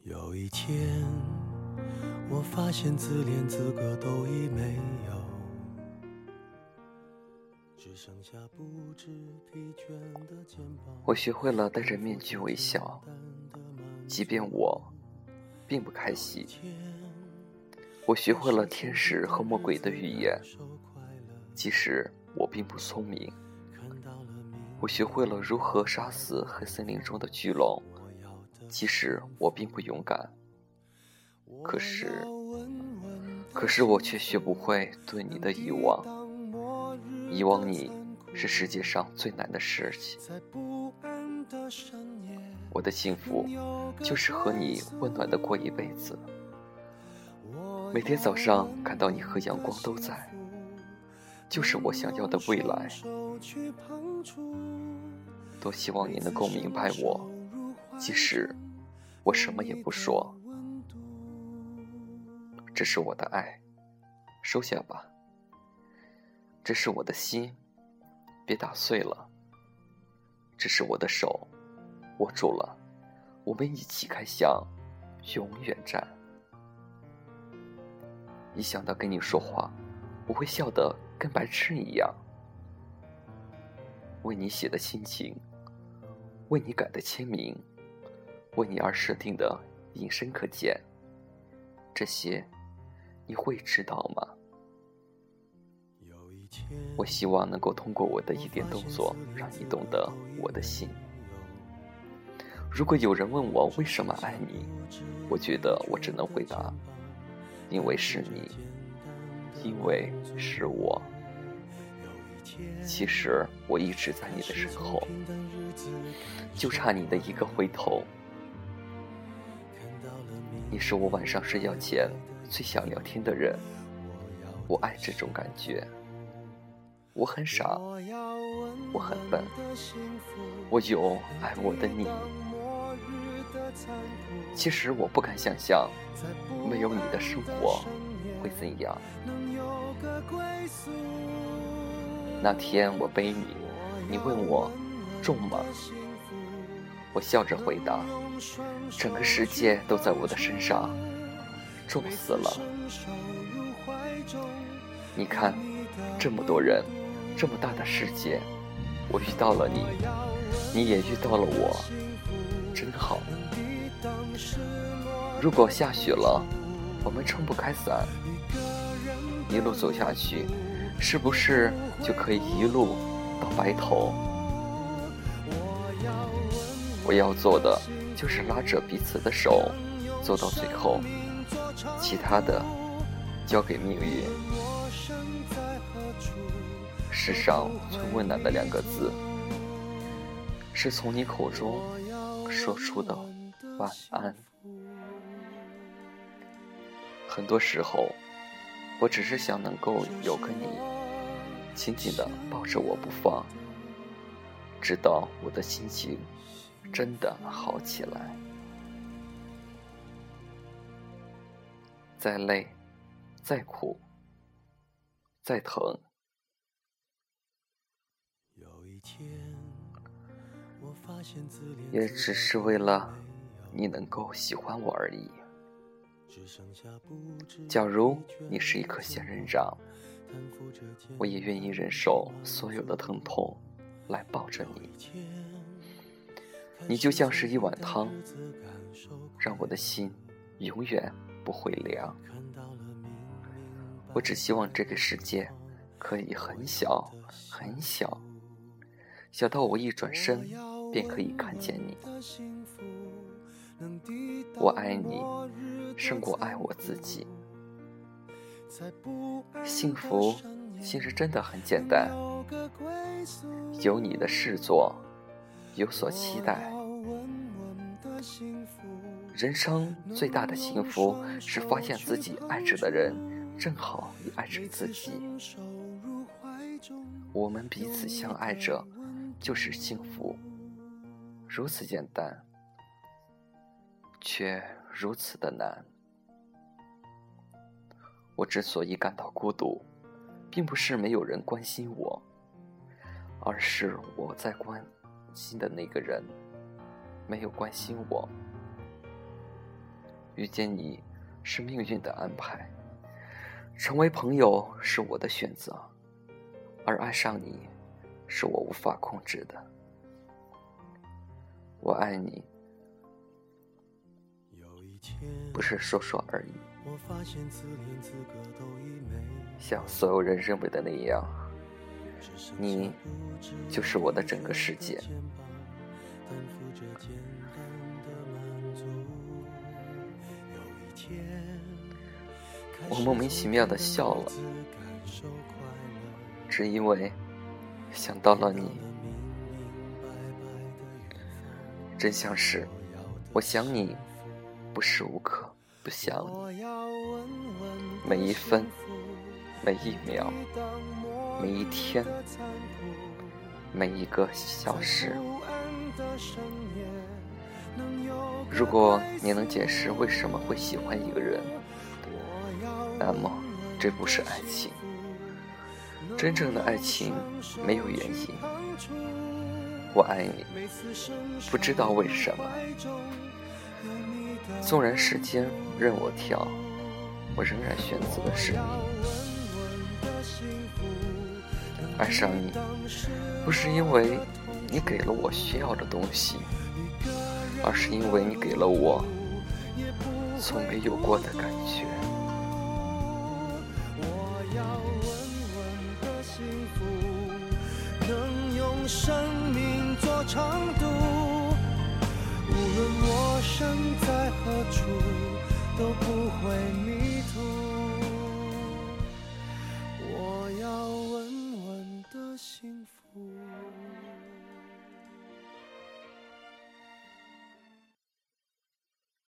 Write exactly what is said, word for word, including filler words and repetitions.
有一天，我发现自怜资格都已没有，只剩下不知疲倦的肩膀。 我学会了戴着面具微笑，即便我并不开心。我学会了天使和魔鬼的语言，即使我并不聪明。我学会了如何杀死黑森林中的巨龙，即使我并不勇敢。可是，可是我却学不会对你的遗忘。遗忘你是世界上最难的事情。我的幸福就是和你温暖地过一辈子。每天早上看到你和阳光都在，就是我想要的未来。多希望你能够明白我，即使我什么也不说。这是我的爱，收下吧。这是我的心，别打碎了。这是我的手，握住了，我们一起开向永远站。一想到跟你说话，我会笑得跟白痴一样。为你写的心情，为你改的签名，为你而设定的隐身可见，这些你会知道吗？我希望能够通过我的一点动作，让你懂得我的心。如果有人问我为什么爱你，我觉得我只能回答，因为是你，因为是我。其实我一直在你的身后，就差你的一个回头。你是我晚上睡觉前最想聊天的人，我爱这种感觉。我很傻，我很笨，我有爱我的你。其实我不敢想象，没有你的生活会怎样。那天我背你，你问我重吗？我笑着回答，整个世界都在我的身上，重死了。你看，这么多人，这么大的世界，我遇到了你，你也遇到了我，真好。如果下雪了，我们撑不开伞，一路走下去，是不是就可以一路到白头？我要做的就是拉着彼此的手走到最后，其他的交给命运。世上最温暖的两个字，是从你口中说出的晚安。很多时候，我只是想能够有个你，紧紧地抱着我不放，直到我的心情真的好起来。再累，再苦，再疼，也只是为了你能够喜欢我而已。假如你是一棵仙人掌，我也愿意忍受所有的疼痛来抱着你。你就像是一碗汤，让我的心永远不会凉。我只希望这个世界可以很小很小，小到我一转身便可以看见你。我爱你胜过爱我自己。幸福其实真的很简单，有你的事做，有所期待。人生最大的幸福是发现自己爱着的人正好也爱着自己。我们彼此相爱着就是幸福，如此简单，却如此的难。我之所以感到孤独，并不是没有人关心我，而是我在关心的那个人没有关心我。 遇见你是命运的安排，成为朋友是我的选择，而爱上你是我无法控制的。我爱你，不是说说而已。像所有人认为的那样，你就是我的整个世界。我莫名其妙地笑了，只因为想到了你。真相是，我想你不时无刻不想你，每一分每一秒每一天每一个小时。如果你能解释为什么会喜欢一个人，那么这不是爱情。真正的爱情没有原因。我爱你，不知道为什么，纵然时间任我跳，我仍然选择的是你。爱上你，不是因为你给了我需要的东西，而是因为你给了我从没有过的感觉。 能用生命做长度，无论我身在何处，都不会迷途。我要稳稳的幸福。